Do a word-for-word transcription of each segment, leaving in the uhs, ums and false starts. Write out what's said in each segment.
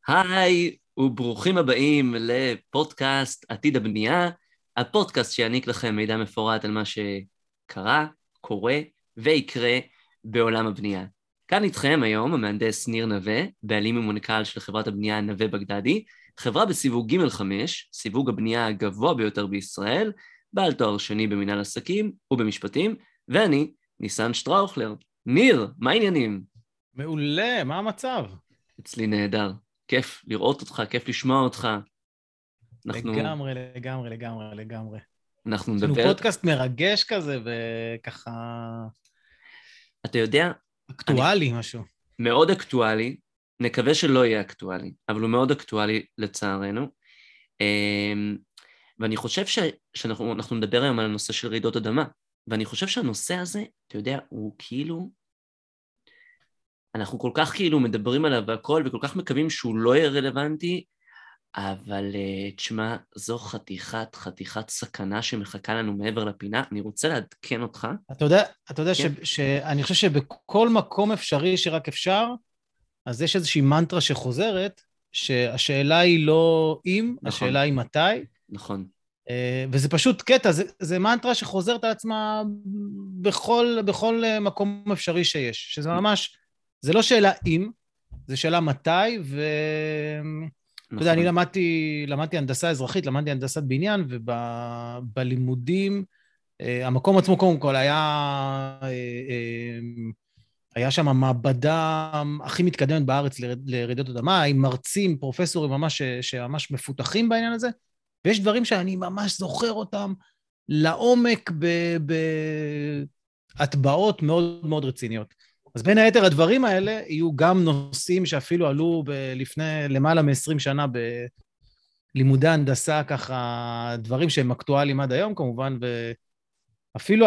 היי, וברוכים הבאים לפודקאסט עתיד הבנייה, הפודקאסט שיעניק לכם מידע מפורט על מה שקרה, קורה ויקרה בעולם הבנייה. כאן איתכם היום המהנדס ניר נווה, בעלים ומנכ"ל של חברת הבנייה נווה בגדדי, חברה בסיווג ג' חמש, סיווג הבנייה הגבוה ביותר בישראל, בעל תואר שני במנהל עסקים ובמשפטים, ואני, ניסן שטראוכלר. ניר, מה העניינים? מעולה, מה המצב? אצלי נהדר. כיף לראות אותך, כיף לשמוע אותך. אנחנו... לגמרי, לגמרי, לגמרי, לגמרי. אנחנו יש לנו נדבר... פודקאסט מרגש כזה, וככה... אתה יודע... אקטואלי אני... משהו. מאוד אקטואלי, נקווה שלא יהיה אקטואלי, אבל הוא מאוד אקטואלי לצערנו. ואני חושב ש... שאנחנו אנחנו נדבר היום על הנושא של רעידות אדמה, ואני חושב שהנושא הזה, אתה יודע, הוא כאילו... אנחנו כל כך כאילו מדברים עליו והכל, וכל כך מקווים שהוא לא יהיה רלוונטי, אבל תשמע, זו חתיכת, חתיכת סכנה שמחכה לנו מעבר לפינה. אני רוצה לעדכן אותך. אתה יודע, אתה יודע כן. ש, שאני חושב שבכל מקום אפשרי שרק אפשר, אז יש איזושהי מנטרה שחוזרת, שהשאלה היא לא אם, נכון. השאלה היא מתי. נכון. וזה פשוט קטע, זה, זה מנטרה שחוזרת על עצמה בכל, בכל מקום אפשרי שיש, שזה ממש, זה לא שאלה אם, זה שאלה מתי, ו... אתה יודע, אני למדתי, למדתי הנדסה אזרחית, למדתי הנדסת בניין, ובלימודים, המקום עצמו קודם כל היה, היה שם המעבדה הכי מתקדמת בארץ לרעידות אדמה, עם מרצים, פרופסורים ממש, שממש מפותחים בעניין הזה, ויש דברים שאני ממש זוכר אותם לעומק בהטבעות מאוד מאוד רציניות. אז בין היתר הדברים האלה יהיו גם נושאים שאפילו עלו לפני למעלה מ-עשרים שנה בלימודי הנדסה, ככה דברים שהם אקטואליים עד היום כמובן, ואפילו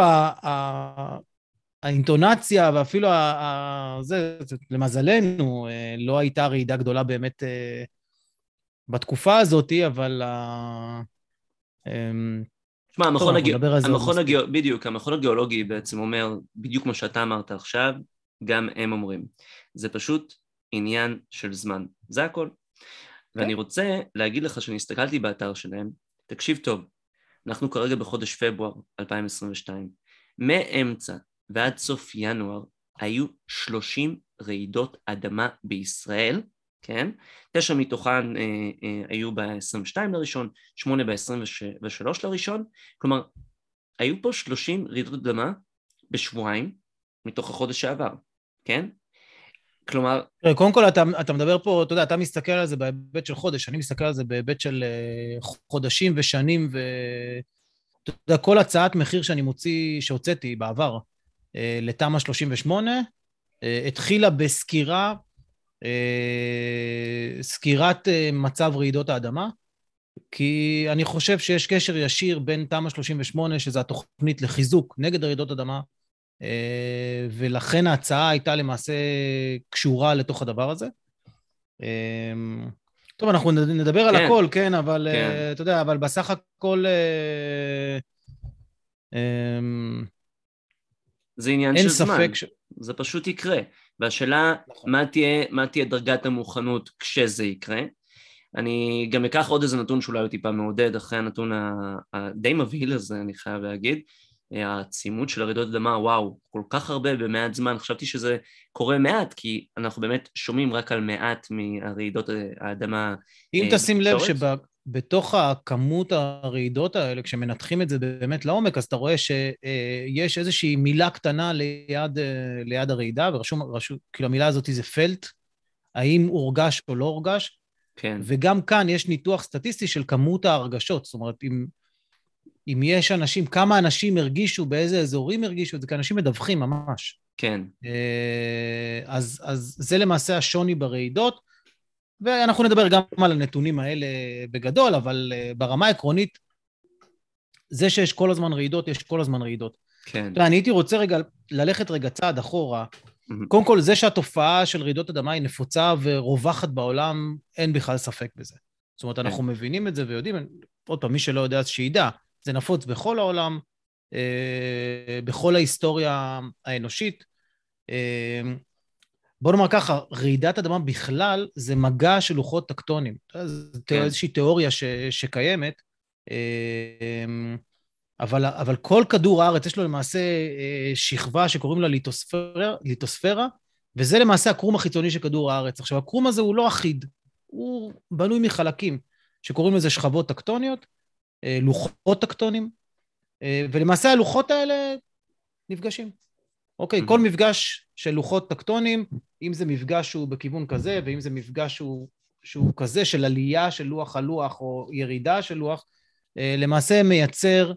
האינטונציה ואפילו זה, למזלנו, לא הייתה רעידה גדולה באמת בתקופה הזאת, אבל תשמע, המכון הגיאולוגי, בדיוק, המכון הגיאולוגי בעצם אומר בדיוק מה שאתה אמרת עכשיו, גם הם אומרים. זה פשוט עניין של זמן. זה הכל. ואני רוצה להגיד לך שאני הסתכלתי באתר שלהם, תקשיב טוב, אנחנו כרגע בחודש פברואר אלפיים עשרים ושתיים, מאמצע ועד סוף ינואר היו שלושים רעידות אדמה בישראל, כן? תשע מתוכן אה, אה, היו ב-עשרים ושתיים לראשון, שמונה ב-עשרים ושלוש לראשון, כלומר, היו פה שלושים רעידות אדמה בשבועיים מתוך החודש שעבר, כן? כלומר... קודם כל, אתה, אתה מדבר פה, אתה יודע, אתה מסתכל על זה בהיבט של חודש, אני מסתכל על זה בהיבט של חודשים ושנים, ואתה יודע, כל הצעת מחיר שאני מוציא, שהוצאתי בעבר, לתמ"א שלושים ושמונה, התחילה בסקירה, סקירת מצב רעידות האדמה, כי אני חושב שיש קשר ישיר בין תמ"א שלושים ושמונה, שזו התוכנית לחיזוק נגד רעידות אדמה, ולכן ההצעה הייתה למעשה קשורה לתוך הדבר הזה. טוב, אנחנו נדבר על הכל, כן, אבל אתה יודע, אבל בסך הכל... זה עניין של זמן, זה פשוט יקרה. והשאלה, מה תהיה, מה תהיה דרגת המוכנות כשזה יקרה? אני גם אקח עוד איזה נתון שאולי הוא טיפה מעודד, אחרי הנתון הדי מבהיל הזה, אני חייב להגיד, הצימוד של הרעידות אדמה, וואו, כל כך הרבה במעט זמן, חשבתי שזה קורה מעט, כי אנחנו באמת שומעים רק על מעט מהרעידות האדמה. אם תשים לב שבתוך הכמות הרעידות האלה, כשמנתחים את זה באמת לעומק, אז אתה רואה שיש איזושהי מילה קטנה ליד, ליד הרעידה, ורשום, רשום, כאילו המילה הזאת זה פלט, האם הורגש או לא הורגש, כן. וגם כאן יש ניתוח סטטיסטי של כמות ההרגשות, זאת אומרת, אם... אם יש אנשים, כמה אנשים הרגישו, באיזה אזורים הרגישו, זה כאנשים מדווחים ממש. כן. אז, אז זה למעשה השוני ברעידות, ואנחנו נדבר גם על הנתונים האלה בגדול, אבל ברמה העקרונית, זה שיש כל הזמן רעידות, יש כל הזמן רעידות. כן. אני הייתי רוצה רגע ללכת רגע צעד אחורה, קודם כל זה שהתופעה של רעידות אדמה היא נפוצה ורווחת בעולם, אין בכלל ספק בזה. זאת אומרת, אנחנו מבינים את זה ויודעים, עוד פעם, מי שלא יודע אז שידע, זה נפוץ בכל העולם, בכל ההיסטוריה האנושית. בוא נאמר ככה, רעידת אדמה בכלל זה מגע של לוחות טקטונים. זו כן. איזושהי תיאוריה ש, שקיימת, אבל, אבל כל כדור הארץ יש לו למעשה שכבה שקוראים לה ליטוספירה, ליטוספירה, וזה למעשה הקרום החיצוני של כדור הארץ. עכשיו, הקרום הזה הוא לא אחיד, הוא בנוי מחלקים, שקוראים לזה שכבות טקטוניות, לוחות טקטונים, ולמעשה הלוחות האלה נפגשים. אוקיי, כל מפגש של לוחות טקטונים, אם זה מפגש שהוא בכיוון כזה, ואם זה מפגש שהוא, שהוא כזה של עלייה של לוח על לוח, או ירידה של לוח, למעשה מייצר,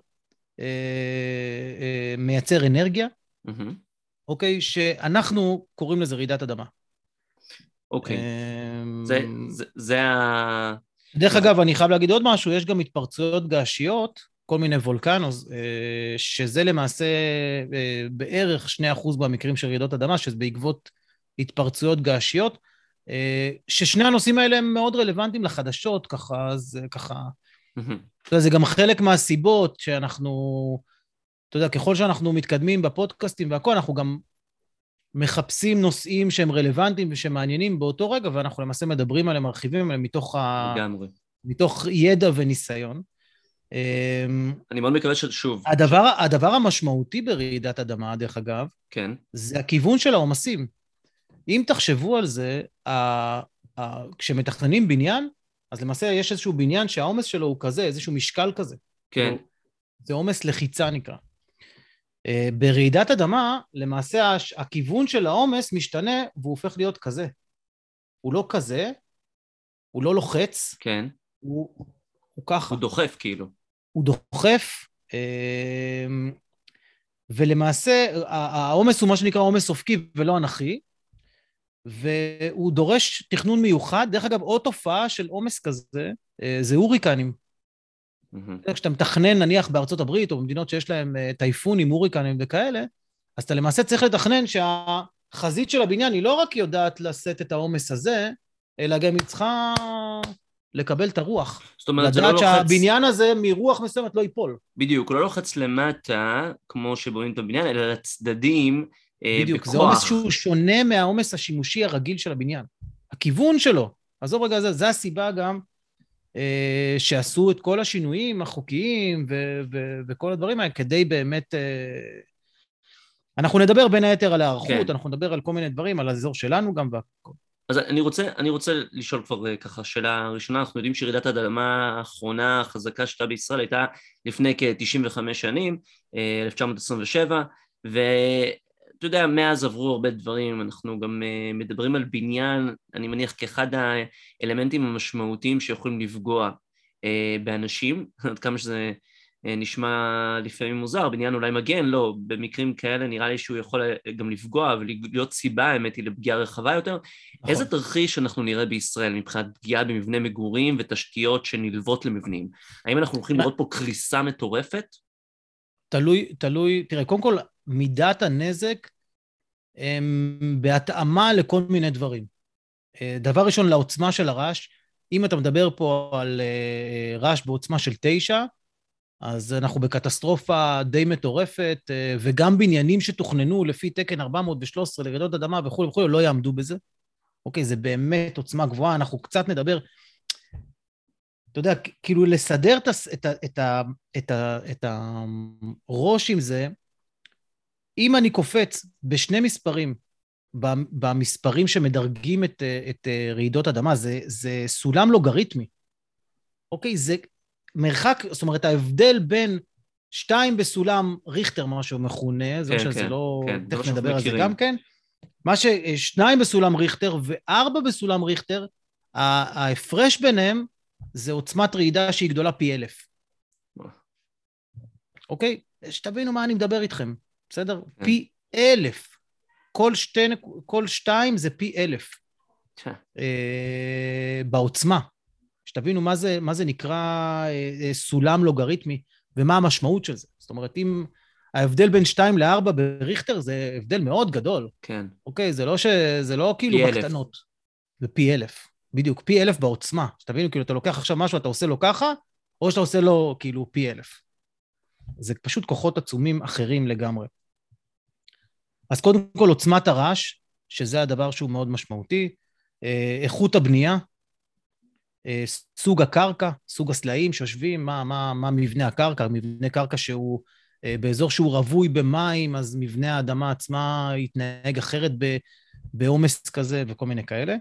מייצר אנרגיה, אוקיי, שאנחנו קוראים לזה רעידת אדמה. אוקיי, זה, זה, זה ה... דרך אגב, אני חייב להגיד עוד משהו, יש גם התפרצויות געשיות, כל מיני וולקנוס, שזה למעשה בערך שני אחוז במקרים של רעידות אדמה, שזה בעקבות התפרצויות געשיות, ששני הנושאים האלה הם מאוד רלוונטיים לחדשות, ככה, אז ככה, זה גם חלק מהסיבות שאנחנו, אתה יודע, ככל שאנחנו מתקדמים בפודקאסטים והכל, אנחנו גם מחפשים נושאים שהם רלוונטיים ושמעניינים באותו רגע, ואנחנו למעשה מדברים עליהם, מרחיבים עליהם מתוך, ה... מתוך ידע וניסיון. אני מאוד מקווה ששוב. הדבר, הדבר המשמעותי ברעידת אדמה, דרך אגב, כן. זה הכיוון של העומסים. אם תחשבו על זה, ה... ה... כשמתכננים בניין, אז למעשה יש איזשהו בניין שהעומס שלו הוא כזה, איזשהו משקל כזה. כן. זה עומס לחיצה נקרא. ברעידת אדמה, למעשה הכיוון של העומס משתנה, והוא הופך להיות כזה. הוא לא כזה, הוא לא לוחץ. כן. הוא, הוא ככה. הוא דוחף כאילו. הוא דוחף, ולמעשה העומס הוא מה שנקרא עומס אופקי ולא אנכי, והוא דורש תכנון מיוחד. דרך אגב, עוד תופעה של עומס כזה, זה הוריקנים. Mm-hmm. כשאתה מתכנן נניח בארצות הברית, או במדינות שיש להם טייפונים, הוריקנים וכאלה, אז אתה למעשה צריך לתכנן שהחזית של הבניין היא לא רק יודעת לשאת את העומס הזה, אלא גם היא צריכה לקבל את הרוח. זאת אומרת, לדעת זה לא לוחץ... שהבניין הזה מרוח מסוימת לא ייפול. בדיוק, הוא לא לוחץ למטה, כמו שבונים את הבניין, אלא לצדדים בכוח. בדיוק, זה עומס שהוא שונה מהעומס השימושי הרגיל של הבניין. הכיוון שלו, עזוב רגע זה, זה הסיבה גם אה, שעשו את כל השינויים החוקיים ו- ו- וכל הדברים האלה, כדי באמת... אה, אנחנו נדבר בין היתר על הערכות, כן. אנחנו נדבר על כל מיני דברים, על האזור שלנו גם והכל. אז אני רוצה, אני רוצה לשאול כבר ככה, שאלה ראשונה, אנחנו יודעים שרעידת האדמה האחרונה, החזקה שהייתה בישראל, הייתה לפני כ-תשעים וחמש שנים, אלף תשע מאות עשרים ושבע, ואתה יודע, מאז עברו הרבה דברים, אנחנו גם מדברים על בניין, אני מניח כאחד האלמנטים המשמעותיים שיכולים לפגוע באנשים, עד כמה שזה נשמע לפעמים מוזר, בניין אולי מגן, לא, במקרים כאלה נראה לי שהוא יכול גם לפגוע ולהיות סיבה, האמת היא, לפגיעה רחבה יותר. נכון. איזה תרחיש אנחנו נראה בישראל מבחינת פגיעה במבנה מגורים ותשתיות שנלוות למבנים? האם אנחנו הולכים לראות פה קריסה מטורפת? תלוי, תלוי, תראה, קודם כל, מידת הנזק בהתאמה לכל מיני דברים. דבר ראשון, לעוצמה של הרעש, אם אתה מדבר פה על רעש בעוצמה של תשע, אז אנחנו בקטסטרופה די מטורפת, וגם בניינים שתוכננו לפי תקן ארבע מאות ושלוש עשרה לרעידות אדמה וכו' וכו', לא יעמדו בזה. אוקיי, זה באמת עוצמה גבוהה, אנחנו קצת נדבר, אתה יודע, כאילו לסדר את, את, את, את, את הראש עם זה, אם אני קופץ בשני מספרים, במספרים שמדרגים את, את רעידות אדמה, זה, זה סולם לוגריתמי. אוקיי, זה... מרחק, זאת אומרת, ההבדל בין שתיים בסולם ריכטר, מה שהוא מכונה, זה כן, שזה כן, לא, כן, תכף לא נדבר על זה מכירים. גם כן, מה ששניים בסולם ריכטר וארבע בסולם ריכטר, ההפרש ביניהם זה עוצמת רעידה שהיא גדולה פי אלף. אוקיי? שתבינו מה אני מדבר איתכם, בסדר? כן. פי אלף. כל, שתי, כל שתיים זה פי אלף. כן. אה, בעוצמה. שתבינו מה זה, מה זה נקרא אה, סולם לוגריתמי, ומה המשמעות של זה. זאת אומרת, אם ההבדל בין שתיים לארבע בריכטר, זה הבדל מאוד גדול. כן. אוקיי, זה לא, ש... זה לא כאילו בקטנות. זה פי אלף. בדיוק, פי אלף בעוצמה. שתבינו, כאילו, אתה לוקח עכשיו משהו, אתה עושה לו ככה, או שאתה עושה לו כאילו פי אלף. זה פשוט כוחות עצומים אחרים לגמרי. אז קודם כל, עוצמת הרעש, שזה הדבר שהוא מאוד משמעותי, איכות הבנייה, סוג הקרקע, סוג הסלעים שיושבים, מה, מה, מה מבנה הקרקע, מבנה קרקע שהוא באזור שהוא רווי במים, אז מבנה האדמה עצמה יתנהג אחרת בעומס כזה וכל מיני כאלה.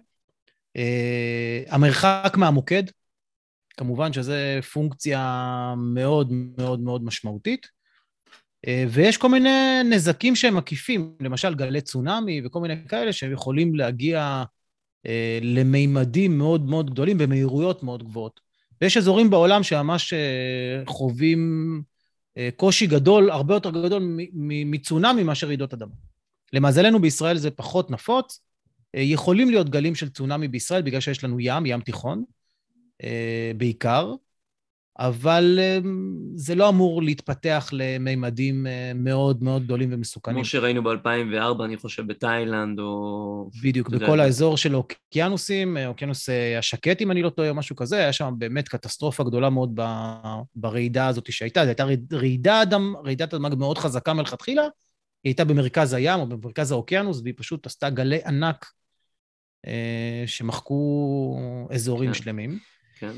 המרחק מהמוקד, כמובן שזה פונקציה מאוד מאוד מאוד משמעותית, ויש כל מיני נזקים שהם עקיפים, למשל גלי צונאמי וכל מיני כאלה שהם יכולים להגיע למימדים מאוד מאוד גדולים במהירויות מאוד גבוהות. ויש אזורים בעולם שממש חווים קושי גדול, הרבה יותר גדול מצונאמי מאשר רעידות אדמה. למזלנו בישראל זה פחות נפוץ, יכולים להיות גלים של צונאמי בישראל בגלל שיש לנו ים, ים תיכון, בעיקר, אבל זה לא אמור להתפתח למימדים מאוד מאוד גדולים ומסוכנים. כמו שראינו ב-אלפיים וארבע, אני חושב, בתאילנד, או... בדיוק, בכל האזור של אוקיינוסים, אוקיינוס השקט, אם אני לא טועה, או משהו כזה, היה שם באמת קטסטרופה גדולה מאוד ברעידה הזאת שהייתה, זו הייתה רעידה אדם, רעידת אדמה מאוד חזקה מלכתחילה, היא הייתה במרכז הים או במרכז האוקיינוס, והיא פשוט עשתה גלי ענק שמחקו אזורים כן. שלמים. כן.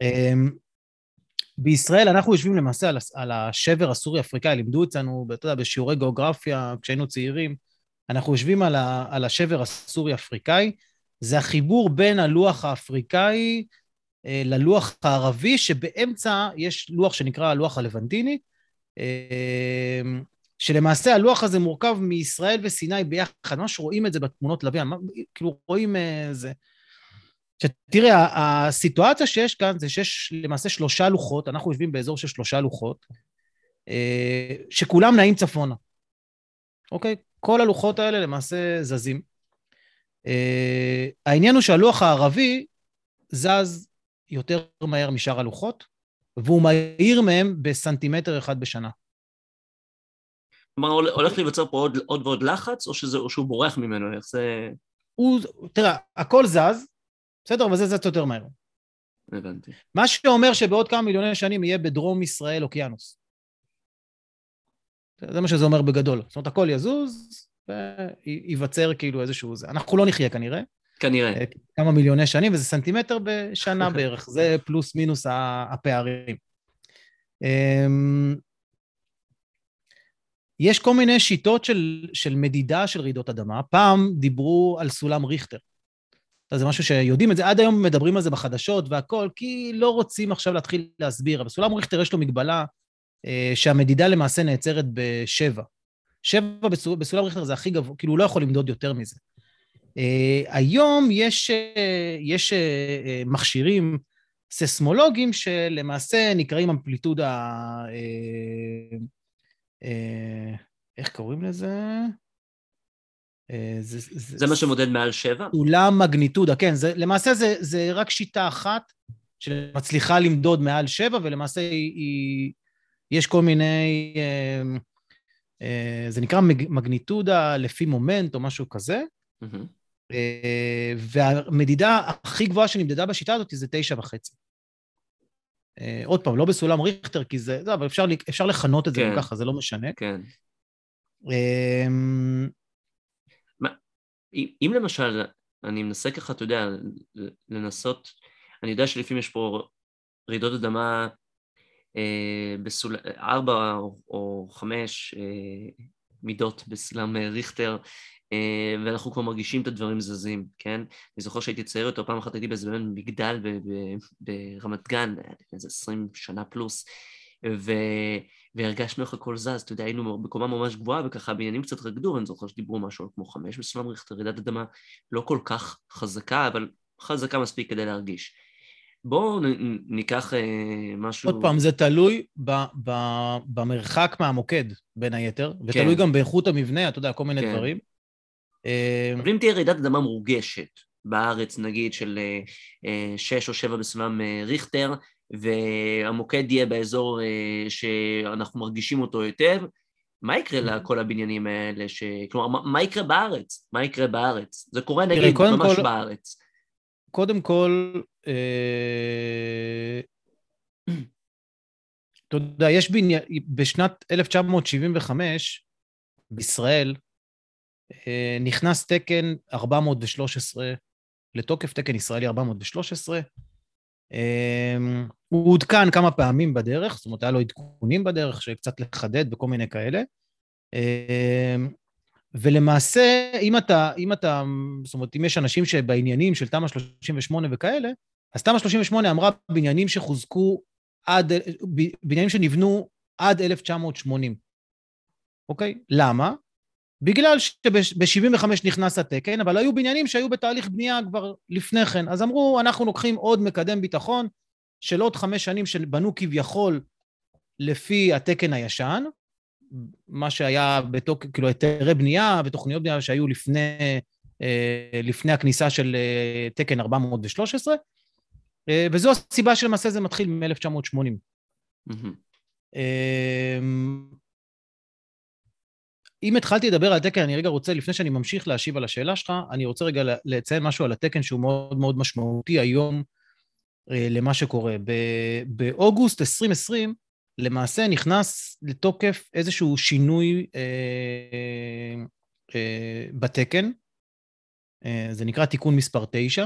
בישראל אנחנו יושבים למעשה על, על השבר הסורי-אפריקאי, לימדו אצלנו, אתה יודע, בשיעורי גיאוגרפיה, כשהיינו צעירים, אנחנו יושבים על, ה, על השבר הסורי-אפריקאי, זה החיבור בין הלוח האפריקאי אה, ללוח הערבי, שבאמצע יש לוח שנקרא הלוח הלבנטיני, אה, שלמעשה הלוח הזה מורכב מישראל וסיני ביחד, ממש רואים את זה בתמונות לוויין, כאילו רואים אה, זה... שתראה, הסיטואציה שיש כאן זה שיש למעשה שלושה לוחות, אנחנו יושבים באזור של שלושה לוחות, שכולם נעים צפונה. אוקיי? כל הלוחות האלה למעשה זזים. העניין הוא שהלוח הערבי זז יותר מהר משאר הלוחות, והוא מהיר מהם בסנטימטר אחד בשנה. כלומר, הולך להיווצר פה עוד, עוד ועוד לחץ, או, שזה, או שהוא בורח ממנו? איך זה... הוא, תראה, הכל זז, בסדר, אבל זה זז יותר מהר. הבנתי. מה שאומר שבעוד כמה מיליוני שנים יהיה בדרום ישראל אוקיינוס. זה מה שזה אומר בגדול. זאת אומרת, הכל יזוז, וייווצר כאילו איזשהו זה. אנחנו לא נחיה כנראה. כנראה. כמה מיליוני שנים, וזה סנטימטר בשנה בערך. זה פלוס מינוס הפערים. יש כל מיני שיטות של, של מדידה של רעידות אדמה. פעם דיברו על סולם ריכטר. זה משהו שיודעים את זה, עד היום מדברים על זה בחדשות והכל, כי לא רוצים עכשיו להתחיל להסביר, אבל סולם ריכטר יש לו מגבלה אה, שהמדידה למעשה נעצרת בשבע. שבע בסול, בסולם ריכטר זה הכי גבוה, כאילו הוא לא יכול למדוד יותר מזה. אה, היום יש, אה, יש אה, מכשירים ססמולוגיים שלמעשה נקראים אמפליטודה, אה, אה, איך קוראים לזה? זה, זה, זה מה שמודד מעל שבע? סולם מגניטודה, כן, זה, למעשה זה, זה רק שיטה אחת שמצליחה למדוד מעל שבע, ולמעשה היא, היא, יש כל מיני, אה, אה, זה נקרא מגניטודה לפי מומנט או משהו כזה, mm-hmm. אה, והמדידה הכי גבוהה שנמדדה בשיטה הזאת זה תשע וחצי. אה, עוד פעם, לא בסולם ריכטר, כי זה, זה אבל אפשר, אפשר לכנות את זה כן. ככה, זה לא משנה. כן. אה, אם למשל, אני מנסה ככה, אתה יודע, לנסות, אני יודע שלפעמים יש פה רעידות אדמה אה, בסול... ארבע או, או חמש אה, מידות בסולם ריכטר, אה, ואנחנו כבר מרגישים את הדברים זזים, כן? אני זוכר שהייתי צעיר אותו, פעם אחת הייתי באיזה מגדל ב- ב- ברמת גן, איזה עשרים שנה פלוס, ו... והרגשנו איך הכל זז, אתה יודע, היינו בקומה ממש גבוהה, וככה בעניינים קצת רקדו, ואני זוכר שדיברו משהו כמו חמש בסולם ריכטר, רעידת אדמה לא כל כך חזקה, אבל חזקה מספיק כדי להרגיש. בואו ניקח אה, משהו... עוד פעם, זה תלוי ב- ב- במרחק מהמוקד, בין היתר, ותלוי כן. גם באיכות המבנה, אתה יודע, כל מיני כן. דברים. אבל אם תהיה רעידת אדמה מורגשת, בארץ נגיד של אה, שש או שבע בסולם אה, ריכטר, והמוקד יהיה באזור שאנחנו מרגישים אותו היטב, מה יקרה לכל הבניינים האלה? ש... כלומר, מה יקרה בארץ? מה יקרה בארץ? זה קורה נגיד ממש כל... בארץ. קודם כל, אה... אתה יודע, יש בני... בשנת אלף תשע מאות שבעים וחמש, בישראל, נכנס תקן ארבע מאות ושלוש עשרה לתוקף, תקן ישראלי ארבע מאות ושלוש עשרה. הוא עודכן כמה פעמים בדרך, זאת אומרת, היה לו עדכונים בדרך, שקצת לחדד וכל מיני כאלה. ולמעשה, אם אתה, אם אתה, זאת אומרת, אם יש אנשים שבעניינים של תמ"א שלושים ושמונה וכאלה, אז תמ"א שלושים ושמונה אמרה בניינים שחוזקו עד, בניינים שנבנו עד אלף תשע מאות שמונים. אוקיי? למה? בגלל שב-שבעים וחמש נכנס התקן, אבל היו בניינים שהיו בתהליך בנייה כבר לפני כן. אז אמרו, אנחנו לוקחים עוד מקדם ביטחון של עוד חמש שנים שבנו כביכול לפי התקן הישן, מה שהיה בתוק, כאילו, היתרי בנייה ותוכניות בנייה שהיו לפני, לפני הכניסה של תקן ארבע מאות ושלוש עשרה, וזו הסיבה שלמעשה זה מתחיל מ-אלף תשע מאות שמונים. אם התחלתי לדבר על התקן, אני רגע רוצה, לפני שאני ממשיך להשיב על השאלה שלך, אני רוצה רגע לציין משהו על התקן שהוא מאוד מאוד משמעותי היום למה שקורה. באוגוסט עשרים עשרים, למעשה נכנס לתוקף איזשהו שינוי אה, אה, בתקן, אה, זה נקרא תיקון מספר תשע,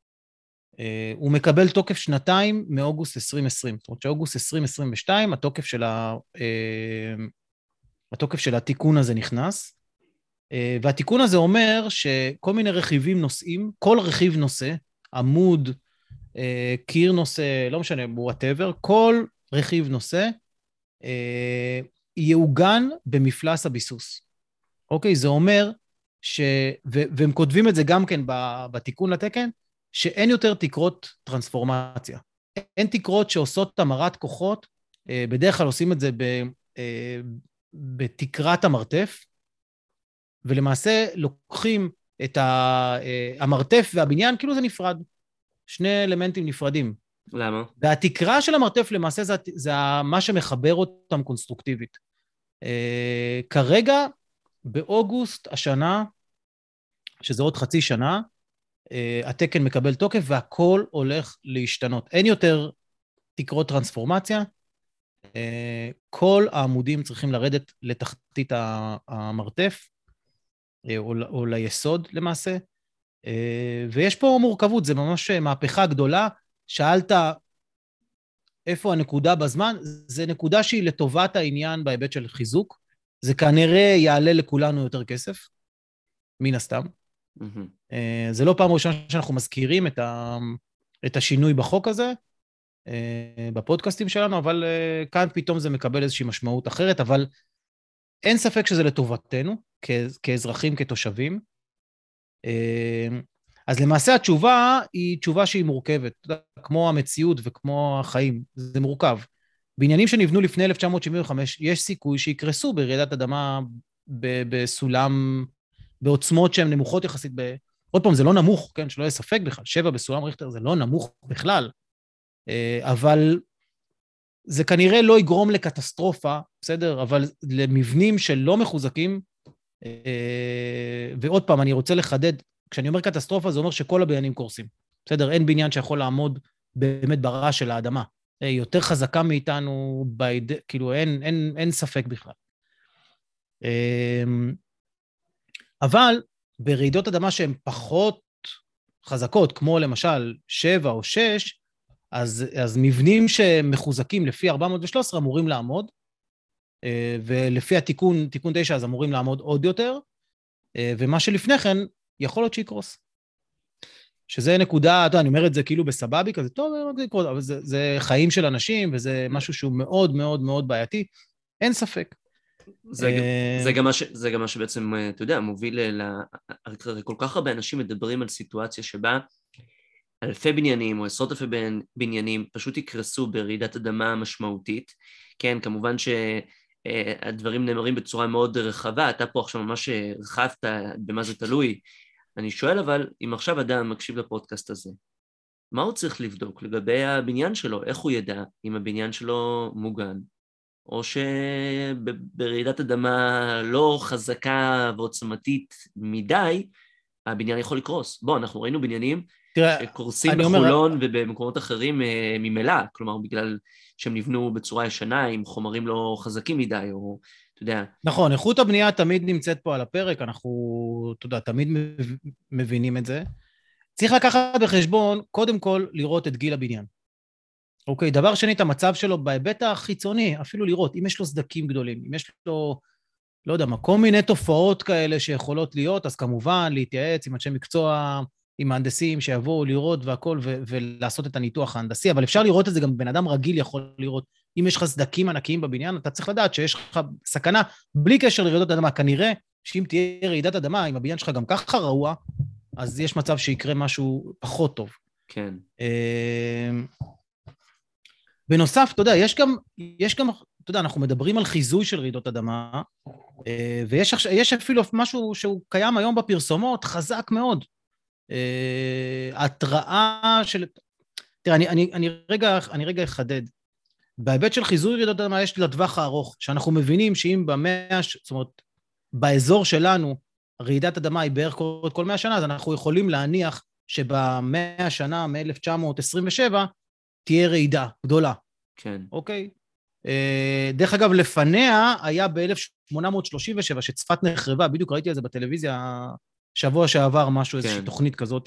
אה, הוא מקבל תוקף שנתיים מאוגוסט עשרים עשרים, זאת אומרת שאוגוסט עשרים עשרים ושתיים, התוקף של, ה, אה, התוקף של התיקון הזה נכנס, אה, והתיקון הזה אומר שכל מיני רכיבים נושאים, כל רכיב נושא, עמוד, אה, קיר נושא, לא משנה, whatever, כל רכיב נושא, אה, יעוגן במפלס הביסוס. אוקיי? זה אומר ש... ו... והם כותבים את זה גם כן בתיקון לתקן, שאין יותר תקרות טרנספורמציה. אין תקרות שעושות תמרת כוחות, אה, בדרך כלל עושים את זה ב... אה, בתקרת המרתף, ולמעשה לוקחים את ה... אה, המרתף והבניין, כאילו זה נפרד. שני אלמנטים נפרדים. למה? והתקרה של המרתף למעשה זה, זה מה שמחבר אותם קונסטרוקטיבית. אה, כרגע, באוגוסט השנה, שזה עוד חצי שנה, אה, התקן מקבל תוקף והכל הולך להשתנות. אין יותר תקרות טרנספורמציה, אה, כל העמודים צריכים לרדת לתחתית המרתף, אה, או, או ליסוד למעשה, אה, ויש פה מורכבות, זה ממש מהפכה גדולה. שאלת איפה הנקודה בזמן, זה נקודה שהיא לטובת העניין בהיבט של חיזוק, זה כנראה יעלה לכולנו יותר כסף, מן הסתם. Mm-hmm. זה לא פעם ראשונה שאנחנו מזכירים את, ה, את השינוי בחוק הזה, בפודקאסטים שלנו, אבל כאן פתאום זה מקבל איזושהי משמעות אחרת, אבל אין ספק שזה לטובתנו, כאזרחים, כתושבים. אז למעשה התשובה היא תשובה שהיא מורכבת, כמו המציאות וכמו החיים, זה מורכב. בעניינים שנבנו לפני אלף תשע מאות שבעים וחמש, יש סיכוי שיקרסו ברעידת אדמה בסולם, בעוצמות שהן נמוכות יחסית. ב... עוד פעם, זה לא נמוך, כן? שלא יהיה ספק בכלל, שבע בסולם ריכטר זה לא נמוך בכלל, אבל זה כנראה לא יגרום לקטסטרופה, בסדר? אבל למבנים שלא מחוזקים, ועוד פעם, אני רוצה לחדד, כשאני אומר קטסטרופה, זה אומר שכל הבניינים קורסים. בסדר? אין בניין שיכול לעמוד באמת ברע של האדמה. יותר חזקה מאיתנו, ביד... כאילו אין, אין, אין ספק בכלל. אבל ברעידות אדמה שהן פחות חזקות, כמו למשל שבע או שש, אז, אז מבנים שמחוזקים לפי ארבע מאות ושלוש עשרה אמורים לעמוד, ולפי התיקון, תיקון תשע, אז אמורים לעמוד עוד יותר, ומה שלפני כן, יכול להיות שיקרוס. שזה נקודה, אתה, אני אומר את זה כאילו בסבבי, כזה, טוב, אבל זה, זה חיים של אנשים, וזה משהו שהוא מאוד מאוד מאוד בעייתי, אין ספק. זה, זה, גם מה ש, זה גם מה שבעצם, אתה יודע, מוביל ל... כל כך הרבה אנשים מדברים על סיטואציה שבה אלפי בניינים או עשרות אלפי בניינים פשוט יקרסו ברעידת אדמה משמעותית. כן, כמובן שהדברים נאמרים בצורה מאוד רחבה, אתה פה עכשיו ממש רחבת במה זה תלוי. אני שואל אבל, אם עכשיו אדם מקשיב לפודקאסט הזה, מה הוא צריך לבדוק לגבי הבניין שלו? איך הוא ידע אם הבניין שלו מוגן? או שברעידת אדמה לא חזקה ועוצמתית מדי, הבניין יכול לקרוס. בוא, אנחנו ראינו בניינים שקורסים בחולון ובמקומות אחרים ממילא, כלומר, בגלל שהם נבנו בצורה ישנה, עם חומרים לא חזקים מדי, או, אתה יודע... נכון, איכות הבנייה תמיד נמצאת פה על הפרק, אנחנו, אתה יודע, תמיד מבינים את זה. צריך לקחת בחשבון, קודם כל, לראות את גיל הבניין. אוקיי, דבר שני, את המצב שלו בהיבט החיצוני, אפילו לראות, אם יש לו סדקים גדולים, אם יש לו, לא יודע מה, כל מיני תופעות כאלה שיכולות להיות, אז כמובן להתייעץ עם אנשי מקצוע, עם מהנדסים שיבואו לראות והכל, ו- ולעשות את הניתוח ההנדסי, אבל אפשר לראות את זה גם בן אדם רגיל יכול לראות, אם יש לך סדקים ענקיים בבניין, אתה צריך לדעת שיש לך סכנה, בלי קשר לרעידות אדמה, כנראה שאם תהיה רעידת אדמה, אם הבניין שלך גם ככה רעוע, אז יש מצב שיקרה משהו פחות טוב. כן. בנוסף, אתה יודע, יש גם, יש גם, אתה יודע, אנחנו מדברים על חיזוי של רעידות אדמה, ויש יש אפילו משהו שהוא קיים היום בפרסומות, חזק מאוד. התראה של... תראה, אני, אני, אני רגע, אני רגע אחדד. בהיבט של חיזוי רעידות אדמה יש לטווח הארוך, שאנחנו מבינים שאם במאה, זאת אומרת, באזור שלנו, רעידת אדמה היא בערך קורית כל מאה שנה, אז אנחנו יכולים להניח שבמאה שנה, מ-אלף תשע מאות עשרים ושבע, תהיה רעידה גדולה. כן. אוקיי? דרך אגב, לפניה היה ב-אלף שמונה מאות שלושים ושבע, שצפת נחרבה, בדיוק ראיתי על זה בטלוויזיה, שבוע שעבר משהו, איזושהי כן. תוכנית כזאת.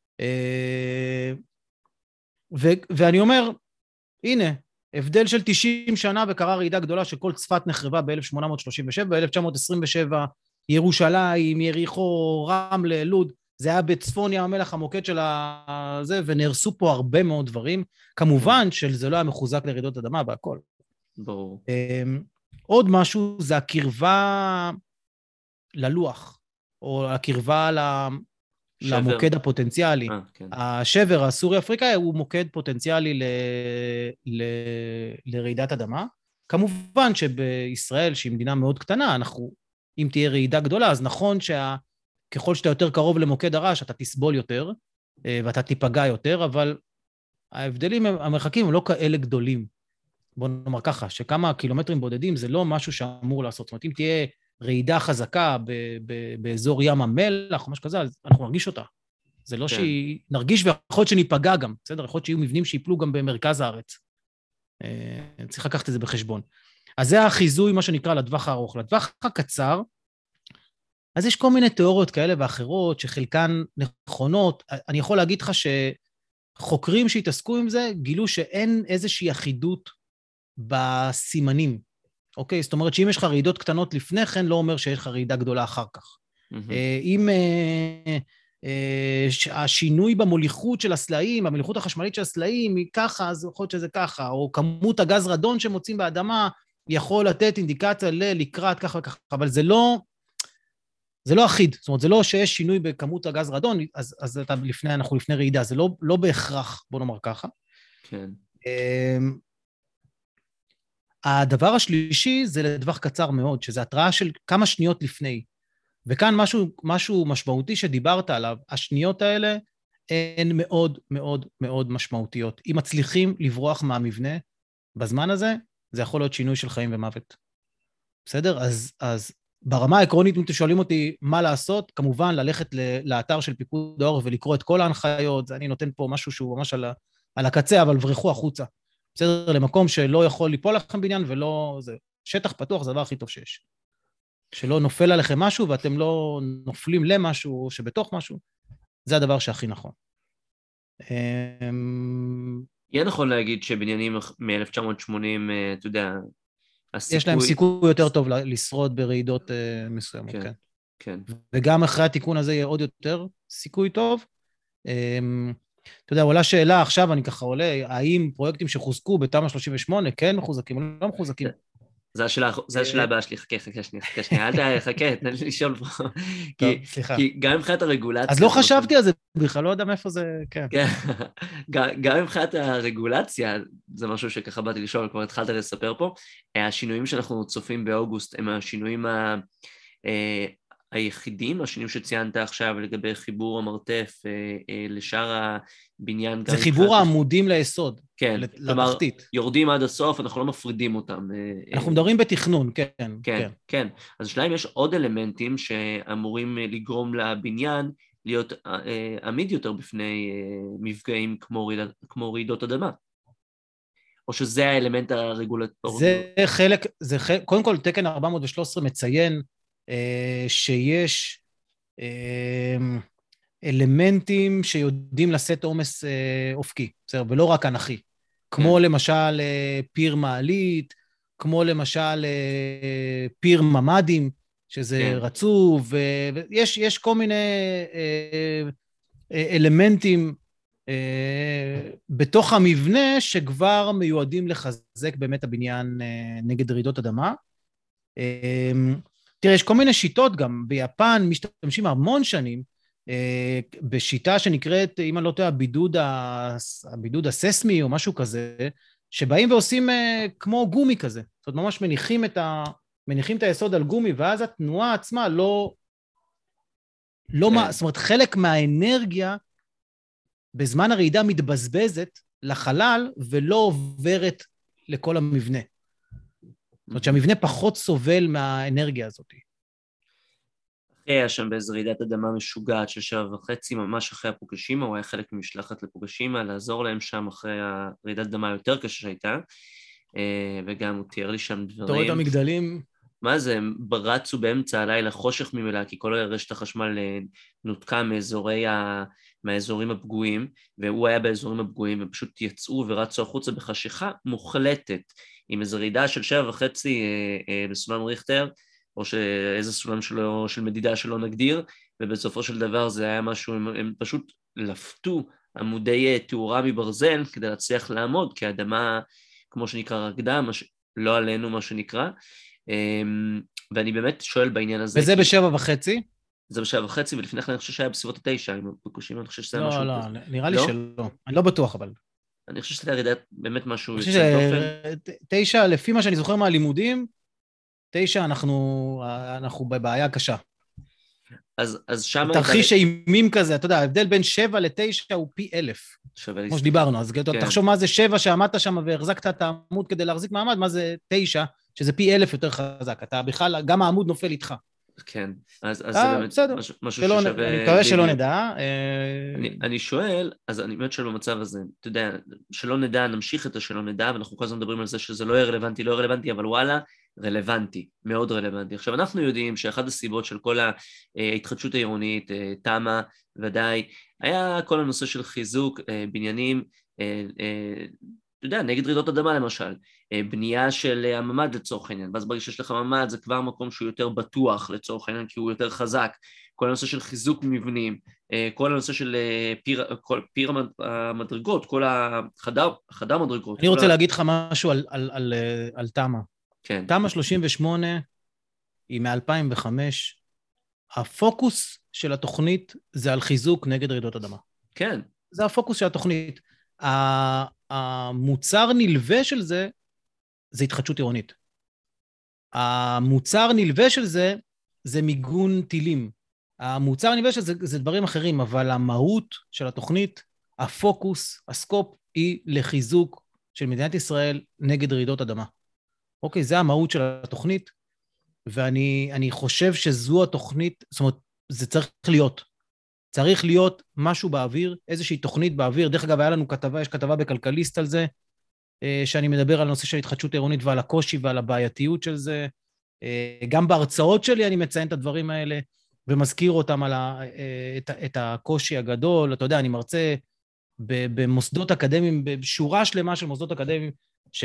ו- ואני אומר, הנה, הבדל של תשעים שנה וקרה רעידה גדולה שכל צפת נחרבה ב-אלף שמונה מאות שלושים ושבע, ב-אלף תשע מאות עשרים ושבע, ירושלים, יריחו, רמלה, לוד, זה היה בצפון ים המלח, המוקד של זה, ונהרסו פה הרבה מאוד דברים. כמובן שזה לא היה מחוזק לרעידות אדמה והכל. ברור. עוד משהו זה הקרבה ללוח, או הקרבה למוקד הפוטנציאלי. 아, כן. השבר הסורי-אפריקאי הוא מוקד פוטנציאלי ל... ל... לרעידת אדמה. כמובן שבישראל, שהיא מדינה מאוד קטנה, אנחנו, אם תהיה רעידה גדולה, אז נכון שה... ככל שאתה יותר קרוב למוקד הרעש, אתה תסבול יותר, ואתה תיפגע יותר, אבל ההבדלים, המרחקים הם לא כאלה גדולים. בוא נאמר ככה, שכמה קילומטרים בודדים זה לא משהו שאמור לעשות. זאת אומרת, אם תהיה רעידה חזקה ב- ב- באזור ים המלח או משהו כזה, אז אנחנו נרגיש אותה. זה לא כן. שהיא נרגיש, ויכול להיות שניפגע גם, בסדר? יכול להיות שיהיו מבנים שיפלו גם במרכז הארץ. צריך לקחת את זה בחשבון. אז זה החיזוי, מה שנקרא, לטווח הארוך. לטווח הקצר, אז יש כל מיני תיאוריות כאלה ואחרות, שחלקן נכונות. אני יכול להגיד לך שחוקרים שהתעסקו עם זה, גילו שאין איזושהי אחידות בסימנים. אוקיי? זאת אומרת שאם יש לך רעידות קטנות לפני כן, לא אומר שיש לך רעידה גדולה אחר כך. Mm-hmm. אם השינוי במוליכות של הסלעים, המוליכות החשמלית של הסלעים היא ככה, אז יכול להיות שזה ככה, או כמות הגז רדון שמוצאים באדמה, יכול לתת אינדיקציה ללקראת ככה וככה, אבל זה לא... זה לא אחיד, זאת אומרת, זה לא שיש שינוי בכמות הגז רדון, אז, אז אתה לפני, אנחנו לפני רעידה, זה לא, לא בהכרח, בוא נאמר ככה. כן. הדבר השלישי זה לטווח קצר מאוד, שזה התראה של כמה שניות לפני. וכאן משהו, משהו משמעותי שדיברת עליו, השניות האלה הן מאוד מאוד מאוד משמעותיות. אם מצליחים לברוח מהמבנה בזמן הזה, זה יכול להיות שינוי של חיים ומוות. בסדר? אז, אז ברמה העקרונית, אם אתם שואלים אותי מה לעשות, כמובן ללכת לאתר של פיקוד העורף ולקרוא את כל ההנחיות, אני נותן פה משהו שהוא ממש על, על הקצה, אבל ברחו החוצה. בסדר? למקום שלא יכול ליפול לכם בניין, ולא... זה, שטח פתוח זה הדבר הכי טוב שיש. שלא נופל עליכם משהו, ואתם לא נופלים למשהו שבתוך משהו, זה הדבר שהכי נכון. יהיה נכון להגיד שבניינים מ-אלף תשע מאות שמונים, אתה יודע, הסיכוי... יש להם סיכוי יותר טוב לשרוד ברעידות מסוימות, כן. כן. וגם אחרי התיקון הזה יהיה עוד יותר סיכוי טוב. אתה יודע, עולה שאלה, עכשיו אני ככה עולה, האם פרויקטים שחוזקו בתמ"א שלושים ושמונה כן מחוזקים או לא מחוזקים? זה השאלה הבאה שלי, חכה, חכה שנייה, חכה שנייה, אל תחכה, תן לי לשאול פה. כי גם מבחינת הרגולציה... אז לא חשבתי על זה, בכלל לא יודע מאיפה זה, כן. גם מבחינת הרגולציה, זה משהו שככה באתי לשאול, כבר התחלת לספר פה, השינויים שאנחנו צופים באוגוסט, הם השינויים היחידים, השינויים שציינת עכשיו לגבי חיבור המרתף לשאר הבניין. זה חיבור העמודים ליסוד. כן, כלומר, יורדים עד הסוף, אנחנו לא מפרידים אותם. אנחנו מדברים בתכנון, כן. כן, כן. אז השאלה אם יש עוד אלמנטים שאמורים לגרום לבניין להיות עמיד יותר בפני מפגעים כמו, כמו רעידות אדמה. או שזה האלמנט הרגולטורי? זה חלק, זה חלק, קודם כל תקן ארבע מאות ושלוש עשרה מציין אה, שיש אה, אלמנטים שיודעים לשאת עומס אה, אופקי, בסדר, ולא רק אנכי. כמו כן. למשל אה, פיר מעלית, כמו למשל אה, פיר ממדים, שזה כן. רצוף, ויש יש כל מיני אה, אה, אלמנטים בתוך המבנה שכבר מיועדים לחזק באמת הבניין נגד רעידות אדמה. תראה, יש כל מיני שיטות גם, ביפן משתמשים המון שנים, בשיטה שנקראת, אם אני לא טועה, הבידוד, הבידוד הססמי או משהו כזה, שבאים ועושים כמו גומי כזה. זאת אומרת, ממש מניחים את, ה, מניחים את היסוד על גומי, ואז התנועה עצמה לא, לא מה, זאת אומרת, חלק מהאנרגיה, בזמן הרעידה מתבזבזת לחלל ולא עוברת לכל המבנה. זאת אומרת שהמבנה פחות סובל מהאנרגיה הזאת. אחרי היה שם באיזו רעידת אדמה משוגעת של שבע וחצי, ממש אחרי הפוקשימה, הוא היה חלק ממשלחת לפוקשימה, לעזור להם שם אחרי הרעידת אדמה היותר קשה שהייתה, וגם הוא תיאר לי שם דברים. תוריד המגדלים. מה זה, הם רצו באמצע הלילה חושך ממילא, כי כל רשת החשמל נותקה מאזורי ה... מהאזורים הפגועים, והוא היה באזורים הפגועים, ופשוט יצאו ורצו החוצה בחשיכה מוחלטת, עם איזו רעידה של שבע וחצי בסולם ריכטר, או איזה סולם שלו, של מדידה שלא נגדיר, ובסופו של דבר זה היה משהו, הם, הם פשוט לפתו עמודי תאורה מברזל, כדי להצליח לעמוד, כי האדמה, כמו שנקרא, רקדה, מש... לא עלינו מה שנקרא, ואני באמת שואל בעניין הזה... וזה כי... בשבע וחצי? זה בשבע וחצי, ולפני כן אני חושב שהיה בסביבות התשע, עם הפוקשים, אני חושב שזה לא, משהו... לא, כזה. לא, נראה לי לא? שלא. אני לא בטוח, אבל... אני חושב שזה היה באמת משהו... אני חושב ש... תשע, לפי מה שאני זוכר מהלימודים, תשע, אנחנו, אנחנו בבעיה קשה. אז, אז שם... תרחיש אימים כזה, אתה יודע, ההבדל בין שבע לתשע הוא פי אלף. כמו שדיברנו, אז כן. תחשוב מה זה שבע שעמדת שם והחזקת את העמוד כדי להחזיק מעמד, מה זה תשע, שזה פי אלף יותר חזק. אתה בכלל, גם העמוד נופל איתך. כן, אז, אז זה באמת משהו, משהו שלא, ששווה... אני מקווה שלא נדע. אני, אני שואל, אז אני באמת שואל במצב הזה, אתה יודע, שלא נדע, נמשיך את השלא נדע, ואנחנו כל הזמן מדברים על זה שזה לא יהיה רלוונטי, לא יהיה רלוונטי, אבל וואלה, רלוונטי, מאוד רלוונטי. עכשיו, אנחנו יודעים שאחת הסיבות של כל ההתחדשות העירונית, תמה, ודאי, היה כל הנושא של חיזוק בניינים, אתה יודע, נגד רעידות אדמה למשל, בנייה של הממד לצורך העניין, ואז ברגע שיש לך ממד זה כבר מקום שהוא יותר בטוח לצורך העניין, כי הוא יותר חזק, כל הנושא של חיזוק מבנים, כל הנושא של פיר, כל, פיר המדרגות, כל החדר, החדר מדרגות. אני רוצה ה... להגיד לך משהו על, על, על, על תמה. כן. תמה שלושים ושמונה היא מ-אלפיים וחמש, הפוקוס של התוכנית זה על חיזוק נגד רעידות אדמה. כן. זה הפוקוס של התוכנית. המוצר נלווה של זה, זה התחדשות עירונית. המוצר נלווה של זה, זה מיגון טילים. המוצר נלווה של זה, זה דברים אחרים, אבל המהות של התוכנית, הפוקוס, הסקופ, היא לחיזוק של מדינת ישראל נגד רעידות אדמה. אוקיי, זה המהות של התוכנית, ואני אני חושב שזו התוכנית, זאת אומרת, זה צריך להיות. צריך להיות משהו באוויר, איזושהי תוכנית באוויר. דרך אגב, היה לנו כתבה, יש כתבה בכלכליסט על זה, שאני מדבר על נושא של התחדשות עירונית ועל הקושי ועל הבעייתיות של זה. גם בהרצאות שלי אני מציין את הדברים האלה, ומזכיר אותם על ה, את, את הקושי הגדול. אתה יודע, אני מרצה במוסדות אקדמיים, בשורה שלמה של מוסדות אקדמיים, ש...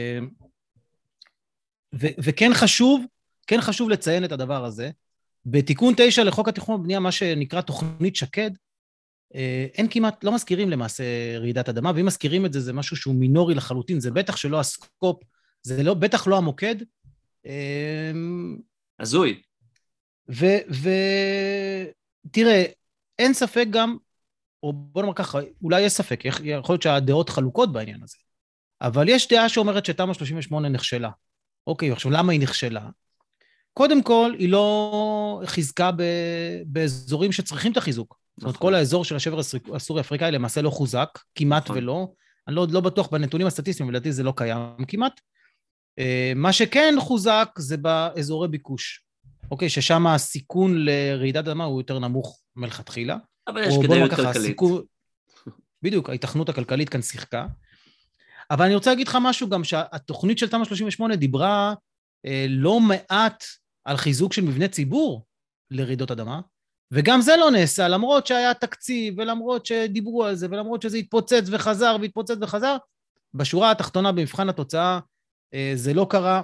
ו, וכן חשוב, כן חשוב לציין את הדבר הזה. בתיקון תשע לחוק התכנון ובנייה, מה שנקרא תוכנית שקד, אין כמעט, לא מזכירים למעשה רעידת אדמה, ואם מזכירים את זה, זה משהו שהוא מינורי לחלוטין, זה בטח שלא הסקופ, זה לא, בטח לא המוקד. הזוי. ותראה, אין ספק גם, או בוא נאמר ככה, אולי יש ספק, יכול להיות שהדעות חלוקות בעניין הזה, אבל יש דעה שאומרת שתמ"א שלושים ושמונה נכשלה. אוקיי, עכשיו למה היא נכשלה? קודם כל, היא לא חיזקה באזורים שצריכים את החיזוק. זאת אומרת, כל האזור של השבר הסורי-אפריקאי למעשה לא חוזק, כמעט ולא. אני לא, לא בטוח בנתונים הסטטיסטיים, ולדעתי זה לא קיים כמעט. מה שכן חוזק זה באזורי ביקוש. אוקיי, ששם הסיכון לרעידת אדמה הוא יותר נמוך מלכתחילה. אבל יש כדאיות כלכלית. הסיכו... בדיוק, ההתכנות הכלכלית כאן שיחקה. אבל אני רוצה להגיד לך משהו גם, שהתוכנית של תמ"א שלושים ושמונה דיברה אה, לא מעט על חיזוק של מבני ציבור לרעידות אדמה, וגם זה לא נעשה, למרות שהיה תקציב, ולמרות שדיברו על זה, ולמרות שזה התפוצץ וחזר, והתפוצץ וחזר, בשורה התחתונה במבחן התוצאה, זה לא קרה,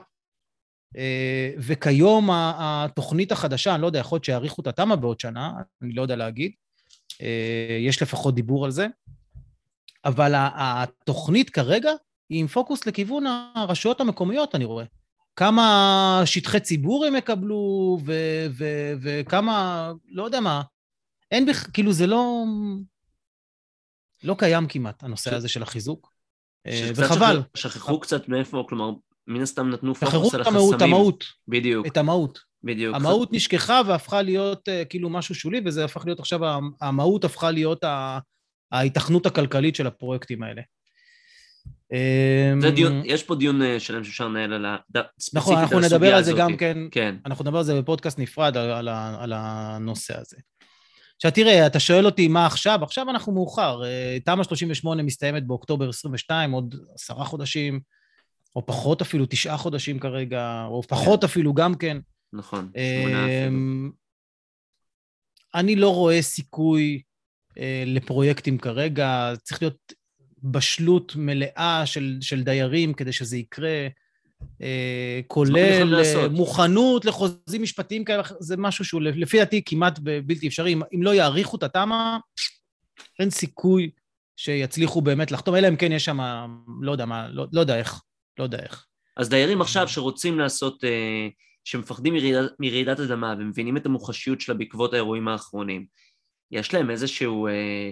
וכיום התוכנית החדשה, אני לא יודע, יכול להיות שיעריכו את התמ"א בעוד שנה, אני לא יודע להגיד, יש לפחות דיבור על זה, אבל התוכנית כרגע היא עם פוקוס לכיוון הרשויות המקומיות, אני רואה. כמה שטחי ציבור הם יקבלו, ו- ו- וכמה, לא יודע מה, אין בכ... כאילו זה לא, לא קיים כמעט, הנושא ש... הזה של החיזוק, וחבל. שכחו קצת מאיפה, כלומר, מן הסתם נתנו פוקוס על החסמים. את המהות. בדיוק. את המהות. בדיוק. המהות נשכחה והפכה להיות כאילו משהו שולי, וזה הפך להיות עכשיו, המהות הפכה להיות ההיתכנות הכלכלית של הפרויקטים האלה. זה דיון, יש פה דיון שלם שאפשר לנהל על הספציפית הסוגיה הזאת. נכון, אנחנו נדבר על זה גם כן, כן. אנחנו נדבר על זה בפודקאסט נפרד, על, על, על הנושא הזה. עכשיו תראה, אתה שואל אותי מה עכשיו, עכשיו אנחנו מאוחר, תמ"א שלושים ושמונה מסתיימת באוקטובר עשרים ושתיים, עוד עשרה חודשים, או פחות אפילו, תשעה חודשים כרגע, או פחות אפילו גם כן. נכון, שמונה אפילו. אני לא רואה סיכוי לפרויקטים כרגע, צריך להיות בשלות מלאה של, של דיירים כדי שזה יקרה, כולל מוכנות לחוזים משפטיים כאלה, זה משהו שהוא לפי דעתי כמעט בלתי אפשרי, אם לא יעריכו את התמ"א, אין סיכוי שיצליחו באמת לחתום, אלא אם כן יש שם, לא יודע מה, לא, לא יודע איך, לא יודע איך. אז דיירים עכשיו שרוצים לעשות, שמפחדים מרעידת, מרעידת אדמה, ומבינים את המוחשיות שלה בעקבות האירועים האחרונים, יש להם איזשהו,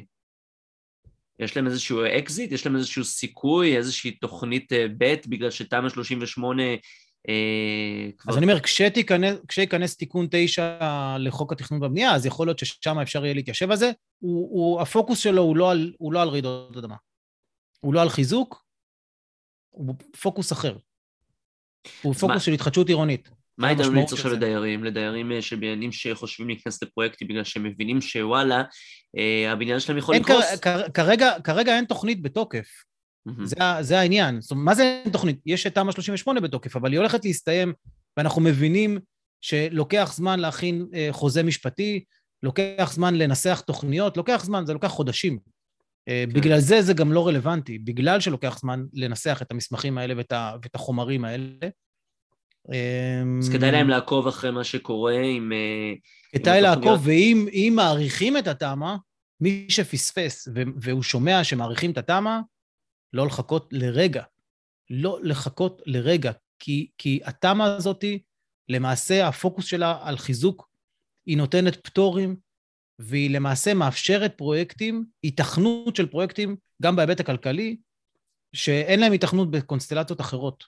יש להם איזשהו אקזיט, יש להם איזשהו סיכוי, איזושהי תוכנית ב' בגלל שתמ"א שלושים ושמונה אז אני אומר, כשיכנס תיקון תשע לחוק התכנון והבנייה, אז יכול להיות ששם אפשר יהיה להתיישב על זה, הפוקוס שלו הוא לא על רעידות אדמה, הוא לא על חיזוק, הוא פוקוס אחר, הוא פוקוס של התחדשות עירונית. מה היית ממליץ עכשיו לדיירים? לדיירים של בניינים שחושבים להיכנס לפרויקטים בגלל שהם מבינים שוואלה, הבניין שלהם יכול לקרוס? כרגע אין תוכנית בתוקף. זה העניין. זאת אומרת, מה זה אין תוכנית? יש את תמ"א שלושים ושמונה בתוקף, אבל היא הולכת להסתיים, ואנחנו מבינים שלוקח זמן להכין חוזה משפטי, לוקח זמן לנסח תוכניות, לוקח זמן, זה לוקח חודשים. בגלל זה זה גם לא רלוונטי, בגלל שלוקח זמן לנסח את המסמכים האלה ואת החומרים האלה. אז כדאי להם לעקוב אחרי מה שקורה עם... כדאי לעקוב, ואם מעריכים את התמ"א, מי שפספס והוא שומע שמעריכים את התמ"א, לא לחכות לרגע, לא לחכות לרגע, כי, כי התמ"א הזאת, למעשה הפוקוס שלה על חיזוק, היא נותנת פטורים, והיא למעשה מאפשרת פרויקטים, התכנות של פרויקטים, גם בהיבט הכלכלי, שאין להם התכנות בקונסטלציות אחרות.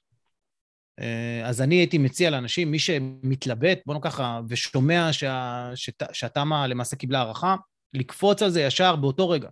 אז אני הייתי מציע לאנשים, מי שמתלבט, בוא נקחה, ושומע שה, שהתמ"א למעשה קיבלה הערכה, לקפוץ על זה ישר באותו רגע.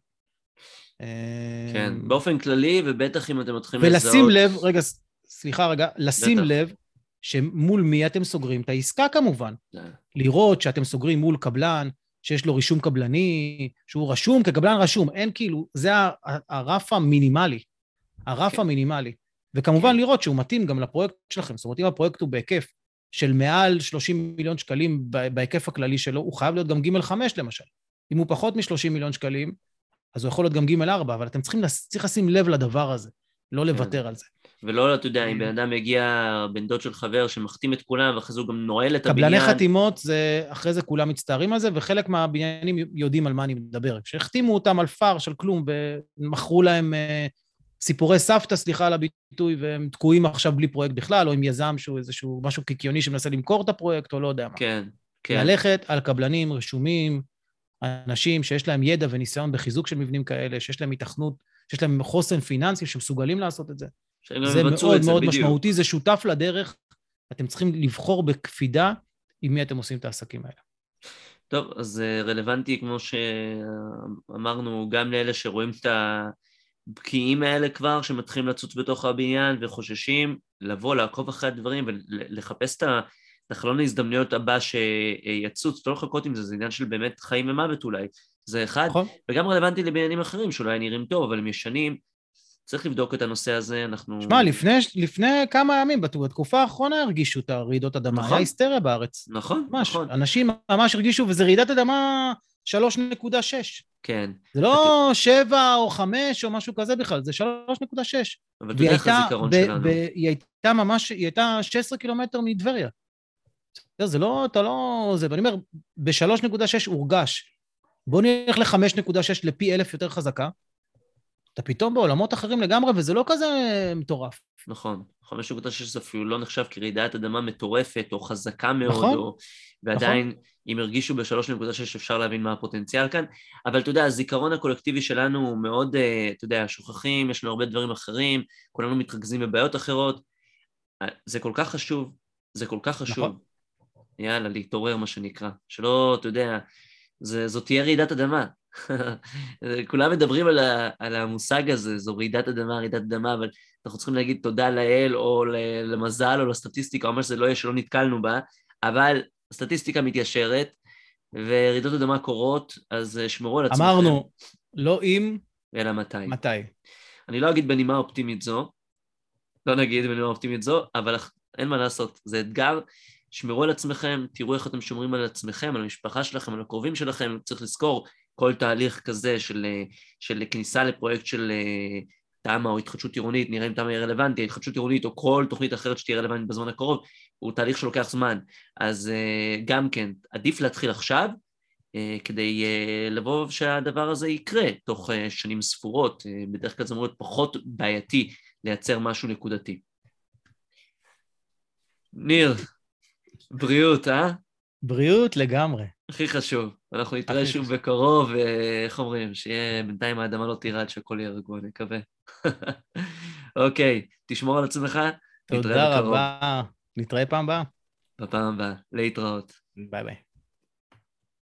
כן, באופן כללי, ובטח אם אתם מתחילים לזהות... ולשים לב, רגע, סליחה רגע, לשים לב שמול מי אתם סוגרים את העסקה כמובן. לראות שאתם סוגרים מול קבלן, שיש לו רישום קבלני, שהוא רשום כקבלן רשום, אין כאילו, זה הרף המינימלי, הרף המינימלי. וכמובן לראות שהוא מתאים גם לפרויקט שלכם, זאת אומרת, אם הפרויקט הוא בהיקף של מעל שלושים מיליון שקלים בהיקף הכללי שלו, הוא חייב להיות גם ג' חמש למשל. אם הוא פחות מ-שלושים מיליון שקלים, אז הוא יכול להיות גם ג' ארבע, אבל אתם צריכים צריך לשים לב לדבר הזה, לא לוותר על זה. ולא, אתה יודע, אם בן אדם מגיע, בן דוד של חבר שמחתים את כולם, ואחרי זה הוא גם נועל את הבניין. קבלני חתימות, אחרי זה כולם מצטערים על זה, וחלק מהבניינים יודעים על מה אני מדבר. כשהחתימו אותם על פאר של כלום, ומכרו להם סיפורי סבתא, סליחה על הביטוי, והם תקועים עכשיו בלי פרויקט בכלל, או עם יזם שהוא איזשהו משהו קיקיוני שמנסה למכור את הפרויקט, או לא יודע מה. כן, כן. ללכת על קבלנים רשומים, אנשים שיש להם ידע וניסיון בחיזוק של מבנים כאלה, שיש להם התכנות, שיש להם חוסן פיננסי, שמסוגלים לעשות את זה. זה מאוד מאוד משמעותי, זה שותף לדרך, אתם צריכים לבחור בקפידה עם מי אתם עושים את העסקים האלה. טוב, אז רלוונטי, כמו שאמרנו, גם לאלה שרואים את הבקיעים האלה כבר, שמתחילים לצוץ בתוך הבניין וחוששים, לבוא, לעקוב אחרי הדברים ולחפש את החלון ההזדמנויות הבא שיצוץ, לא לחכות עם זה, זה עניין של באמת חיים ומוות אולי. זה אחד, נכון. וגם רלוונטי לבניינים אחרים, שאולי נראים טוב, אבל הם ישנים, צריך לבדוק את הנושא הזה, אנחנו... שמע, לפני, לפני כמה ימים, בתקופה האחרונה הרגישו את הרעידות אדמה, נכון. היה היסטריה בארץ. נכון, ממש, נכון. אנשים ממש הרגישו, וזה רעידת אדמה שלוש נקודה שש. כן. זה לא שבע או חמש או משהו כזה בכלל, זה שלוש נקודה שש. אבל אתה יודע איך הזיכרון שלנו. היא הייתה ממש, היא הייתה שש עשרה קילומטר מדבריה. זה לא, אתה לא... זה, ואני אומר, ב-שלוש נקודה שש הורגש. בוא נלך ל-חמש נקודה שש לפי אלף יותר חזקה. אתה פתאום בעולמות אחרים לגמרי, וזה לא כזה מטורף. נכון. חמש נקודה שש זה אפילו לא נחשב כרעידת אדמה מטורפת, או חזקה מאוד, נכון. או... ועדיין, נכון. אם הרגישו ב-שלוש נקודה שש אפשר להבין מה הפוטנציאל כאן, אבל אתה יודע, הזיכרון הקולקטיבי שלנו הוא מאוד, אתה יודע, שוכחים, יש לנו הרבה דברים אחרים, כולנו מתרכזים בבעיות אחרות, זה כל כך חשוב, זה כל כך חשוב. נכון. יאללה, להתעורר מה שנקרא, שלא, אתה יודע, זה, זאת תהיה רעידת אדמה. כולם מדברים על, ה, על המושג הזה, זו רעידת אדמה, רעידת אדמה, אבל אנחנו צריכים להגיד תודה לאל, או למזל, או לסטטיסטיקה, או מה שזה לא יהיה שלא נתקלנו בה, אבל הסטטיסטיקה מתיישרת, ורעידות אדמה קורות, אז שמרו על עצמכם. אמרנו, לא אם, אלא מתי. מתי. אני לא אגיד בנימה אופטימית זו, לא נגיד בנימה אופטימית זו, אבל אין מה לעשות, זה אתגר, שמרו על עצמכם, תראו איך אתם שומרים על עצמכם, על המשפחה שלכם, על הקרובים שלכם, צריך לזכור כל תהליך כזה של, של כניסה לפרויקט של תמ"א או התחדשות עירונית, נראה אם תמ"א יהיה רלוונטי, התחדשות עירונית או כל תוכנית אחרת שתהיה רלוונטית בזמן הקרוב, הוא תהליך שלוקח זמן, אז גם כן, עדיף להתחיל עכשיו, כדי לבוא שהדבר הזה יקרה תוך שנים ספורות, בדרך כלל זה אמור להיות פחות בעייתי לייצר משהו נקודתי. ניר, בריאות, אה? בריאות לגמרי. הכי חשוב. אנחנו נתראה שוב בקרוב, ואיך אומרים, שיהיה בינתיים האדמה לא תירד, שהכל יהיה רגוע, נקווה. אוקיי, תשמור על עצמך, נתראה בקרוב. תודה רבה. נתראה פעם הבאה. בפעם הבאה, להתראות. ביי ביי.